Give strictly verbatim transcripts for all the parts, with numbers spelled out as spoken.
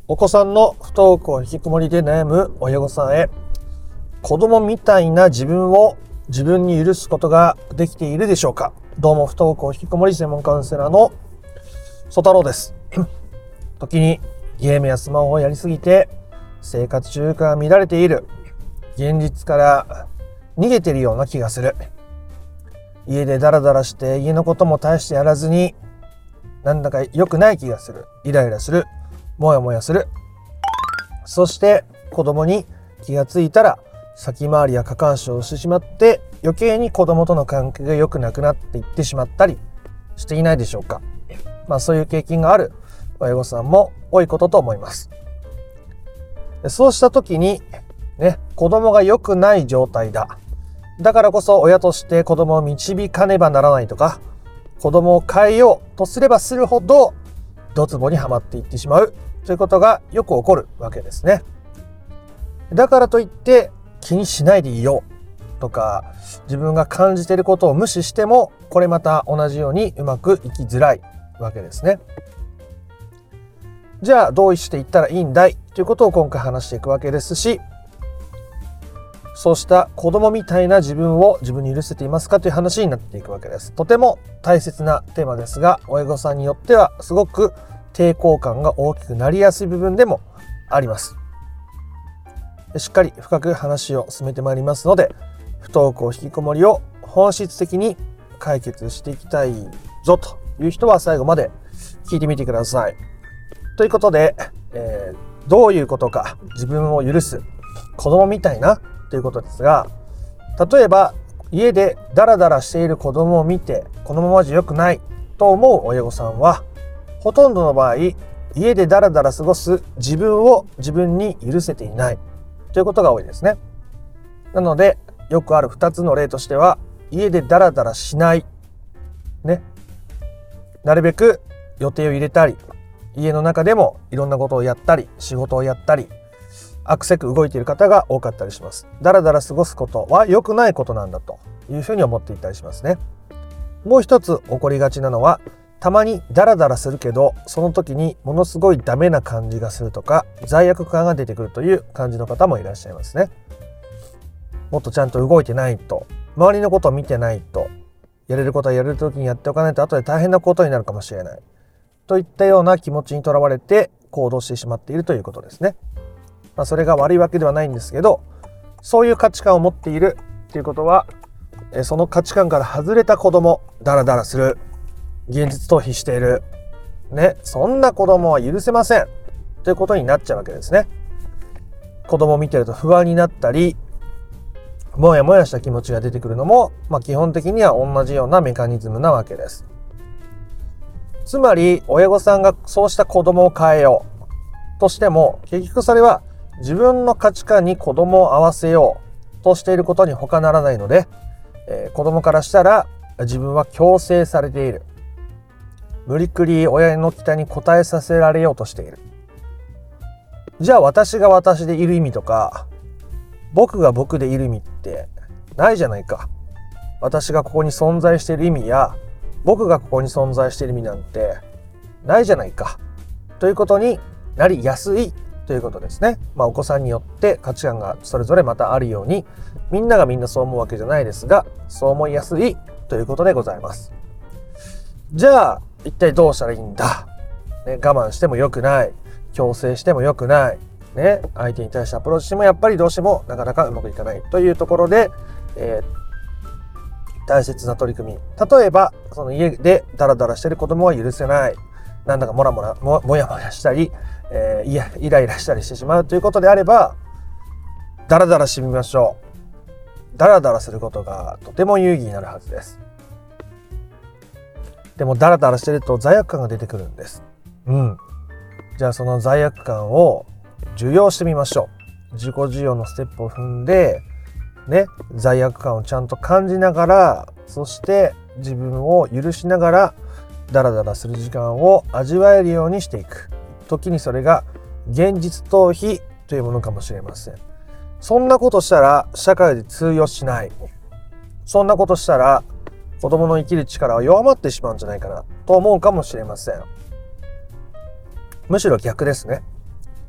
お子さんの不登校引きこもりで悩む親御さんへ、子供みたいな自分を自分に許すことができているでしょうか。どうも、不登校引きこもり専門カウンセラーの曽太郎です。時にゲームやスマホをやりすぎて生活習慣が乱れている、現実から逃げているような気がする、家でダラダラして家のことも大してやらずになんだか良くない気がする、イライラする、もやもやする、そして子供に気がついたら先回りや過干渉をしてしまって余計に子供との関係が良くなくなっていってしまったりしていないでしょうか。まあそういう経験がある親御さんも多いことと思います。そうした時にね、子供が良くない状態だ、だからこそ親として子供を導かねばならないとか、子供を変えようとすればするほどドツボにはまっていってしまうということがよく起こるわけですね。だからといって気にしないでいいよとか、自分が感じていることを無視してもこれまた同じようにうまくいきづらいわけですね。じゃあどうしていったらいいんだいということを今回話していくわけですし、そうした子供みたいな自分を自分に許せていますかという話になっていくわけです。とても大切なテーマですが、親御さんによってはすごく抵抗感が大きくなりやすい部分でもあります。しっかり深く話を進めてまいりますので、不登校引きこもりを本質的に解決していきたいぞという人は最後まで聞いてみてください。ということで、えー、どういうことか、自分を許す子供みたいなということですが、例えば家でダラダラしている子供を見てこのままじゃ良くないと思う親御さんは、ほとんどの場合家でダラダラ過ごす自分を自分に許せていないということが多いですね。なのでよくあるふたつの例としては、家でダラダラしないね、なるべく予定を入れたり、家の中でもいろんなことをやったり、仕事をやったり、あくせく動いている方が多かったりします。ダラダラ過ごすことは良くないことなんだというふうに思っていたりしますね。もう一つ起こりがちなのは、たまにダラダラするけどその時にものすごいダメな感じがするとか、罪悪感が出てくるという感じの方もいらっしゃいますね。もっとちゃんと動いてないと、周りのことを見てないと、やれることはやれる時にやっておかないと後で大変なことになるかもしれないといったような気持ちにとらわれて行動してしまっているということですね。まあ、それが悪いわけではないんですけど、そういう価値観を持っているということは、えその価値観から外れた子供、ダラダラする、現実逃避しているね、そんな子供は許せませんということになっちゃうわけですね。子供を見てると不安になったり、もやもやした気持ちが出てくるのも、まあ、基本的には同じようなメカニズムなわけです。つまり親御さんがそうした子供を変えようとしても、結局それは自分の価値観に子供を合わせようとしていることに他ならないので、えー、子供からしたら自分は強制されている、無理くり親の期待に応えさせられようとしている。じゃあ私が私でいる意味とか、僕が僕でいる意味ってないじゃないか。私がここに存在している意味や僕がここに存在している意味なんてないじゃないかということになりやすいということですね。まあお子さんによって価値観がそれぞれまたあるように、みんながみんなそう思うわけじゃないですが、そう思いやすいということでございます。じゃあ一体どうしたらいいんだ、ね、我慢しても良くない、強制しても良くない、ね、相手に対してアプローチしてもやっぱりどうしてもなかなかうまくいかないというところで、えー、大切な取り組み、例えばその家でダラダラしている子供は許せない、なんだかモラモラ も, もやもやしたり、えー、いやイライラしたりしてしまうということであれば、ダラダラしてみましょう。ダラダラすることがとても有意義になるはずです。でもダラダラしてると罪悪感が出てくるんです。うん。じゃあその罪悪感を受容してみましょう。自己受容のステップを踏んでね、罪悪感をちゃんと感じながら、そして自分を許しながらダラダラする時間を味わえるようにしていく。時にそれが現実逃避というものかもしれません。そんなことしたら社会で通用しない。そんなことしたら子供の生きる力は弱まってしまうんじゃないかなと思うかもしれません。むしろ逆ですね。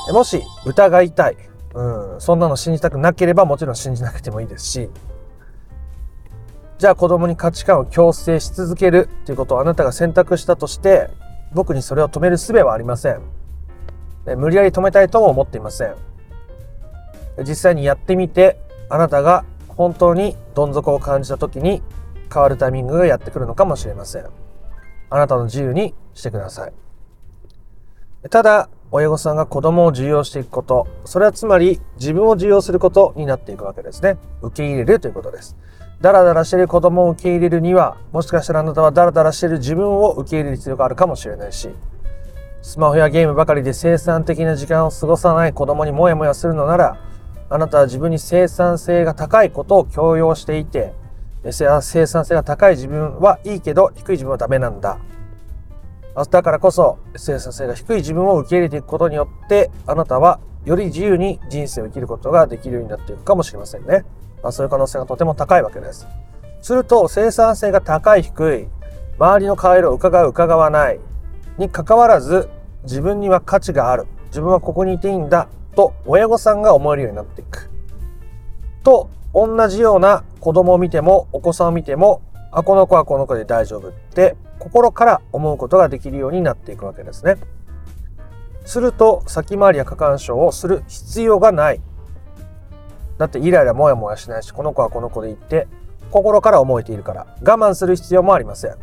もし疑いたい、うん、そんなの信じたくなければもちろん信じなくてもいいですし、じゃあ子供に価値観を強制し続けるということをあなたが選択したとして、僕にそれを止める術はありません。無理やり止めたいとも思っていません。実際にやってみて、あなたが本当にどん底を感じた時に変わるタイミングがやってくるのかもしれません。あなたの自由にしてください。ただ、親御さんが子供を受容していくこと、それはつまり自分を受容することになっていくわけですね。受け入れるということです。ダラダラしている子供を受け入れるには、もしかしたらあなたはダラダラしている自分を受け入れる必要があるかもしれないし、スマホやゲームばかりで生産的な時間を過ごさない子供にモヤモヤするのなら、あなたは自分に生産性が高いことを強要していて、生産性が高い自分はいいけど低い自分はダメなんだ。だからこそ生産性が低い自分を受け入れていくことによって、あなたはより自由に人生を生きることができるようになっていくかもしれませんね。まあ、そういう可能性がとても高いわけです。すると生産性が高い低い、周りの顔色を伺う伺わないに関わらず、自分には価値がある、自分はここにいていいんだと親御さんが思えるようになっていくと、同じような子供を見てもお子さんを見ても、あ、この子はこの子で大丈夫って心から思うことができるようになっていくわけですね。すると先回りや過干渉をする必要がない。だってイライラモヤモヤしないし、この子はこの子でいって心から思えているから我慢する必要もありません。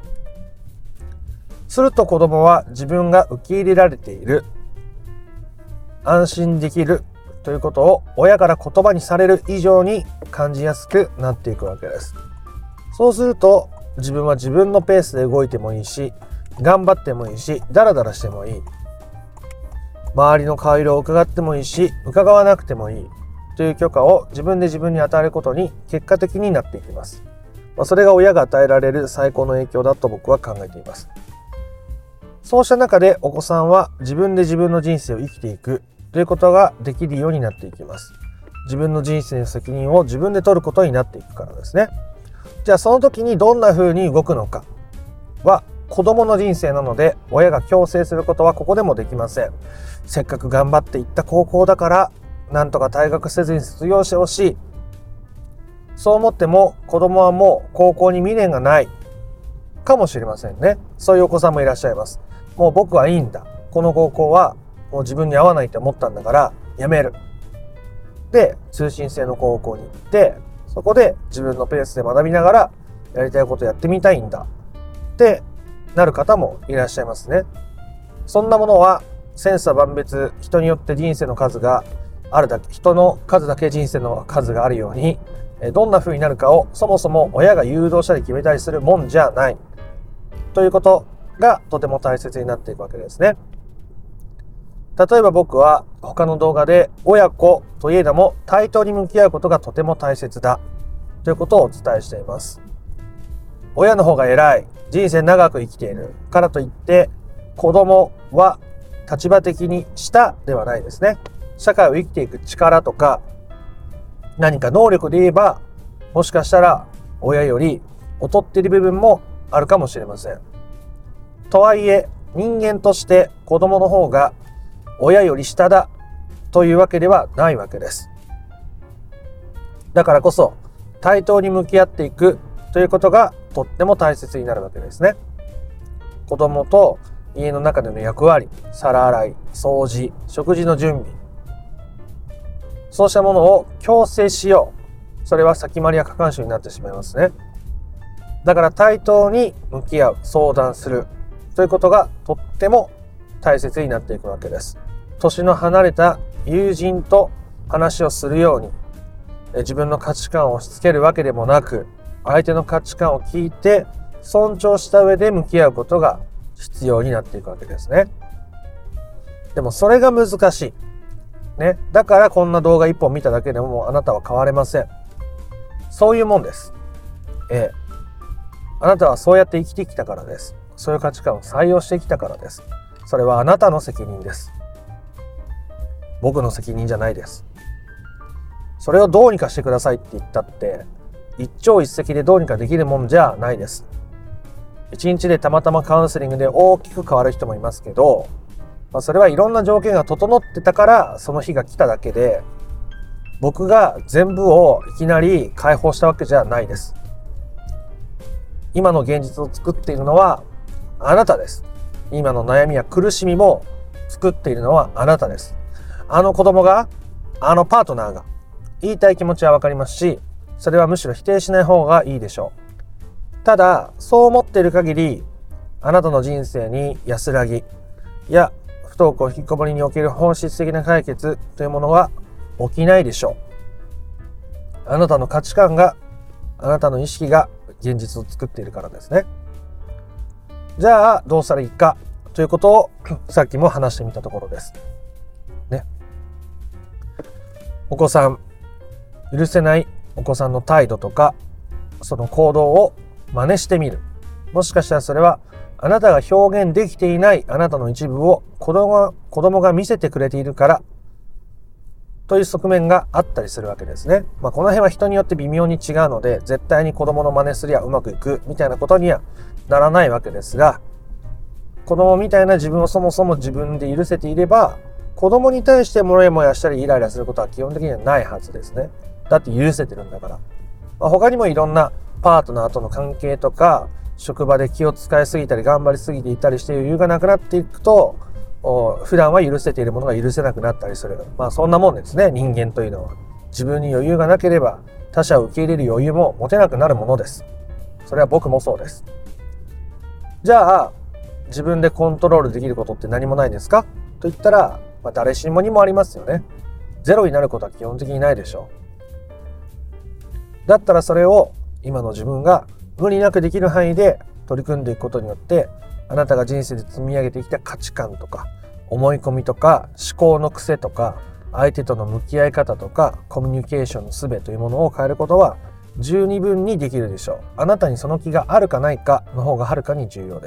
すると子供は自分が受け入れられている、安心できるということを親から言葉にされる以上に感じやすくなっていくわけです。そうすると自分は自分のペースで動いてもいいし、頑張ってもいいし、ダラダラしてもいい。周りの顔色を伺ってもいいし、伺わなくてもいいという許可を自分で自分に与えることに結果的になっていきます。まあ、それが親が与えられる最高の影響だと僕は考えています。そうした中でお子さんは自分で自分の人生を生きていくということができるようになっていきます。自分の人生の責任を自分で取ることになっていくからですね。じゃあその時にどんな風に動くのかは子供の人生なので、親が強制することはここでもできません。せっかく頑張っていった高校だからなんとか退学せずに卒業してほしい。そう思っても子供はもう高校に未練がないかもしれませんね。そういうお子さんもいらっしゃいます。もう僕はいいんだ。この高校はもう自分に合わないと思ったんだからやめる。で、通信制の高校に行って、そこで自分のペースで学びながらやりたいことやってみたいんだってなる方もいらっしゃいますね。そんなものは千差万別、人によって人生の数があるだけ、人の数だけ人生の数があるように、どんな風になるかをそもそも親が誘導したり決めたりするもんじゃないということがとても大切になっていくわけですね。例えば僕は他の動画で親子といえども対等に向き合うことがとても大切だということをお伝えしています。親の方が偉い、人生長く生きているからといって子供は立場的に下ではないですね。社会を生きていく力とか何か能力で言えば、もしかしたら親より劣っている部分もあるかもしれません。とはいえ人間として子供の方が親より下だというわけではないわけです。だからこそ対等に向き合っていくということがとっても大切になるわけですね。子供と家の中での役割、皿洗い、掃除、食事の準備、そうしたものを強制しよう。それは先回りや過干渉になってしまいますね。だから対等に向き合う、相談するということがとっても大切になっていくわけです。年の離れた友人と話をするように、自分の価値観を押し付けるわけでもなく、相手の価値観を聞いて尊重した上で向き合うことが必要になっていくわけですね。でもそれが難しい。ね。だからこんな動画一本見ただけでももうあなたは変われません。そういうもんです。ええ。あなたはそうやって生きてきたからです。そういう価値観を採用してきたからです。それはあなたの責任です。僕の責任じゃないです。それをどうにかしてくださいって言ったって一朝一夕でどうにかできるもんじゃないです。一日でたまたまカウンセリングで大きく変わる人もいますけど、 まあ、それはいろんな条件が整ってたからその日が来ただけで、僕が全部をいきなり解放したわけじゃないです。今の現実を作っているのはあなたです。今の悩みや苦しみも作っているのはあなたです。あの子供が、あのパートナーが言いたい気持ちはわかりますし、それはむしろ否定しない方がいいでしょう。ただそう思っている限り、あなたの人生に安らぎや不登校引きこもりにおける本質的な解決というものは起きないでしょう。あなたの価値観が、あなたの意識が現実を作っているからですね。じゃあどうしたらいいかということをさっきも話してみたところですね。お子さん、許せないお子さんの態度とかその行動を真似してみる。もしかしたらそれはあなたが表現できていないあなたの一部を子供が、子供が見せてくれているからという側面があったりするわけですね。まあ、この辺は人によって微妙に違うので、絶対に子供の真似すりゃうまくいくみたいなことにはならないわけですが、子供みたいな自分をそもそも自分で許せていれば、子供に対してモヤモヤしたりイライラすることは基本的にはないはずですね。だって許せてるんだから。まあ、他にもいろんなパートナーとの関係とか、職場で気を使いすぎたり頑張りすぎていたりして余裕がなくなっていくと、普段は許せているものが許せなくなったりする。まあそんなもんですね。人間というのは自分に余裕がなければ他者を受け入れる余裕も持てなくなるものです。それは僕もそうです。じゃあ自分でコントロールできることって何もないですかと言ったら、まあ、誰しもにもありますよね。ゼロになることは基本的にないでしょう。だったらそれを今の自分が無理なくできる範囲で取り組んでいくことによって、あなたが人生で積み上げてきた価値観とか思い込みとか思考の癖とか相手との向き合い方とかコミュニケーションの術というものを変えることは十二分にできるでしょう。あなたにその気があるかないかの方がはるかに重要です。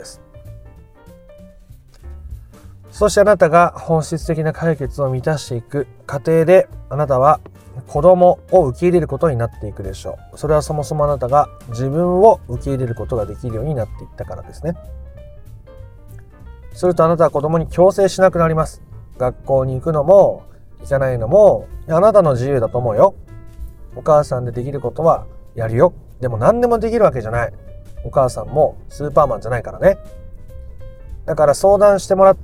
そしてあなたが本質的な解決を満たしていく過程で、あなたは子供を受け入れることになっていくでしょう。それはそもそもあなたが自分を受け入れることができるようになっていったからですね。するとあなたは子供に強制しなくなります。学校に行くのも行かないのもあなたの自由だと思うよ。お母さんでできることはやるよ。でも何でもできるわけじゃない。お母さんもスーパーマンじゃないからね。だから相談してもらって、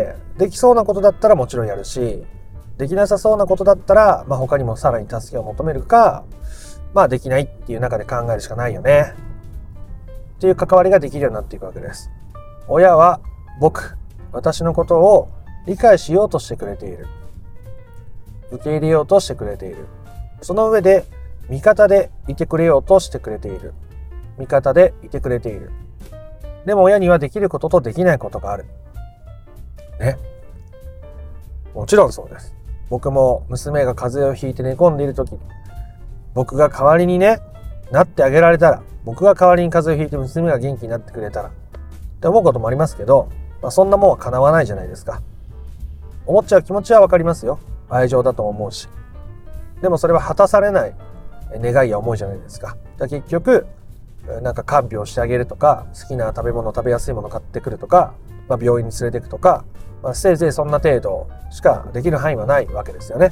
できそうなことだったらもちろんやるし、できなさそうなことだったら、まあ、他にもさらに助けを求めるか、まあできないっていう中で考えるしかないよねっていう関わりができるようになっていくわけです。親は僕、私のことを理解しようとしてくれている。受け入れようとしてくれている。その上で味方でいてくれようとしてくれている。味方でいてくれている。でも親にはできることとできないことがある。ね。もちろんそうです。僕も娘が風邪をひいて寝込んでいる時に、僕が代わりにね、なってあげられたら、僕が代わりに風邪をひいて娘が元気になってくれたらって思うこともありますけど、まあ、そんなもんは叶わないじゃないですか。思っちゃう気持ちはわかりますよ。愛情だと思うし。でもそれは果たされない願いや思いじゃないですか。だ結局なんか看病してあげるとか、好きな食べ物食べやすいもの買ってくるとか、まあ、病院に連れてくとか、まあ、せいぜいそんな程度しかできる範囲はないわけですよね。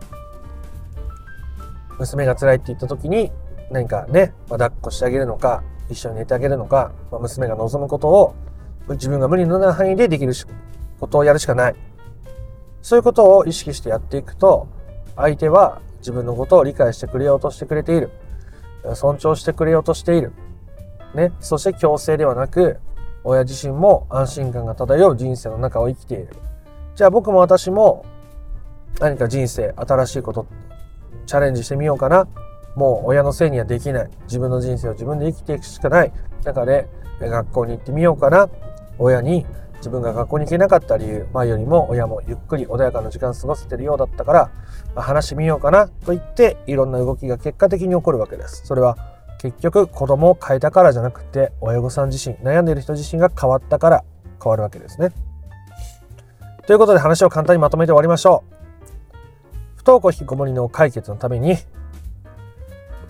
娘が辛いって言った時に何かね、まあ、抱っこしてあげるのか一緒に寝てあげるのか、まあ、娘が望むことを自分が無理のない範囲でできることをやるしかない。そういうことを意識してやっていくと、相手は自分のことを理解してくれようとしてくれている。尊重してくれようとしている。ね。そして強制ではなく、親自身も安心感が漂う人生の中を生きている。じゃあ僕も私も何か人生、新しいこと、チャレンジしてみようかな。もう親のせいにはできない。自分の人生を自分で生きていくしかない中で学校に行ってみようかな。親に自分が学校に行けなかった理由、前よりも親もゆっくり穏やかな時間を過ごせているようだったから、まあ、話してみようかなと言っていろんな動きが結果的に起こるわけです。それは結局子供を変えたからじゃなくて、親御さん自身、悩んでいる人自身が変わったから変わるわけですね。ということで話を簡単にまとめて終わりましょう。不登校引きこもりの解決のために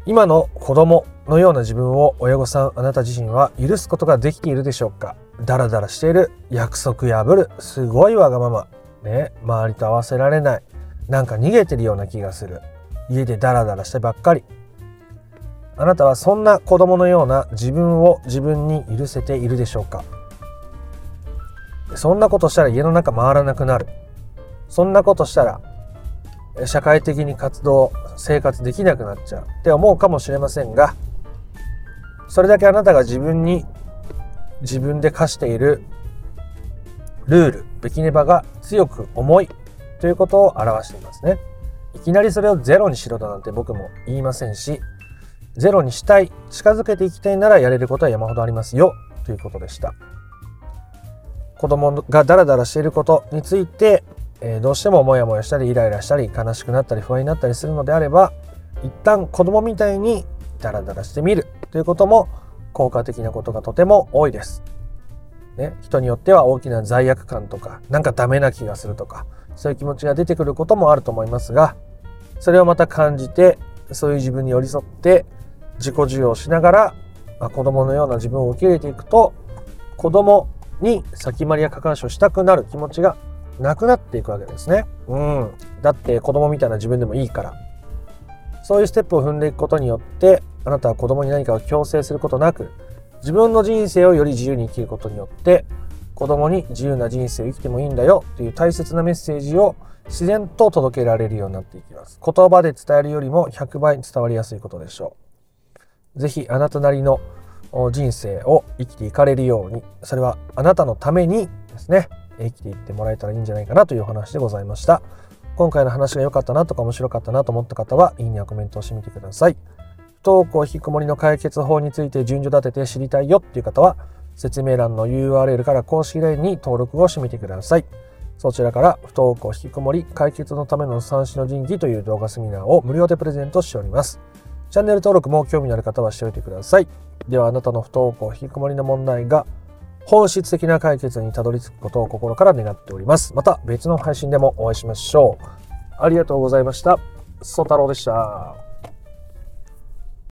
今の子供のような自分を親御さん、あなた自身は許すことができているでしょうか。ダラダラしている、約束破る、すごいわがまま、ね、周りと合わせられない、なんか逃げてるような気がする、家でダラダラしてばっかり。あなたはそんな子供のような自分を自分に許せているでしょうか。そんなことしたら家の中回らなくなる。そんなことしたら社会的に活動、生活できなくなっちゃうって思うかもしれませんが、それだけあなたが自分に自分で課しているルール、べきねばが強く重いということを表していますね。いきなりそれをゼロにしろとなんて僕も言いませんし、ゼロにしたい、近づけていきたいならやれることは山ほどありますよということでした。子供がダラダラしていることについて、えー、どうしてもモヤモヤしたりイライラしたり悲しくなったり不安になったりするのであれば、一旦子供みたいにダラダラしてみるということも効果的なことがとても多いです、ね、人によっては大きな罪悪感とか、なんかダメな気がするとか、そういう気持ちが出てくることもあると思いますが、それをまた感じて、そういう自分に寄り添って自己授与をしながら、まあ、子供のような自分を受け入れていくと、子供に先回りや過干渉したくなる気持ちがなくなっていくわけですね。うん。だって子供みたいな自分でもいいから。そういうステップを踏んでいくことによって、あなたは子供に何かを強制することなく、自分の人生をより自由に生きることによって、子供に自由な人生を生きてもいいんだよという大切なメッセージを自然と届けられるようになっていきます。言葉で伝えるよりもひゃくばい伝わりやすいことでしょう。ぜひあなたなりの人生を生きていかれるように、それはあなたのためにですね、生きていってもらえたらいいんじゃないかなというお話でございました。今回の話が良かったなとか面白かったなと思った方は、いいねやコメントをしてみてください。不登校引きこもりの解決法について順序立てて知りたいよっていう方は、説明欄の ユーアールエル から公式 ライン に登録をしてみてください。そちらから不登校引きこもり解決のための三種の神器という動画セミナーを無料でプレゼントしております。チャンネル登録も興味のある方はしておいてください。ではあなたの不登校引きこもりの問題が本質的な解決にたどり着くことを心から願っております。また別の配信でもお会いしましょう。ありがとうございました。ソ太郎でした。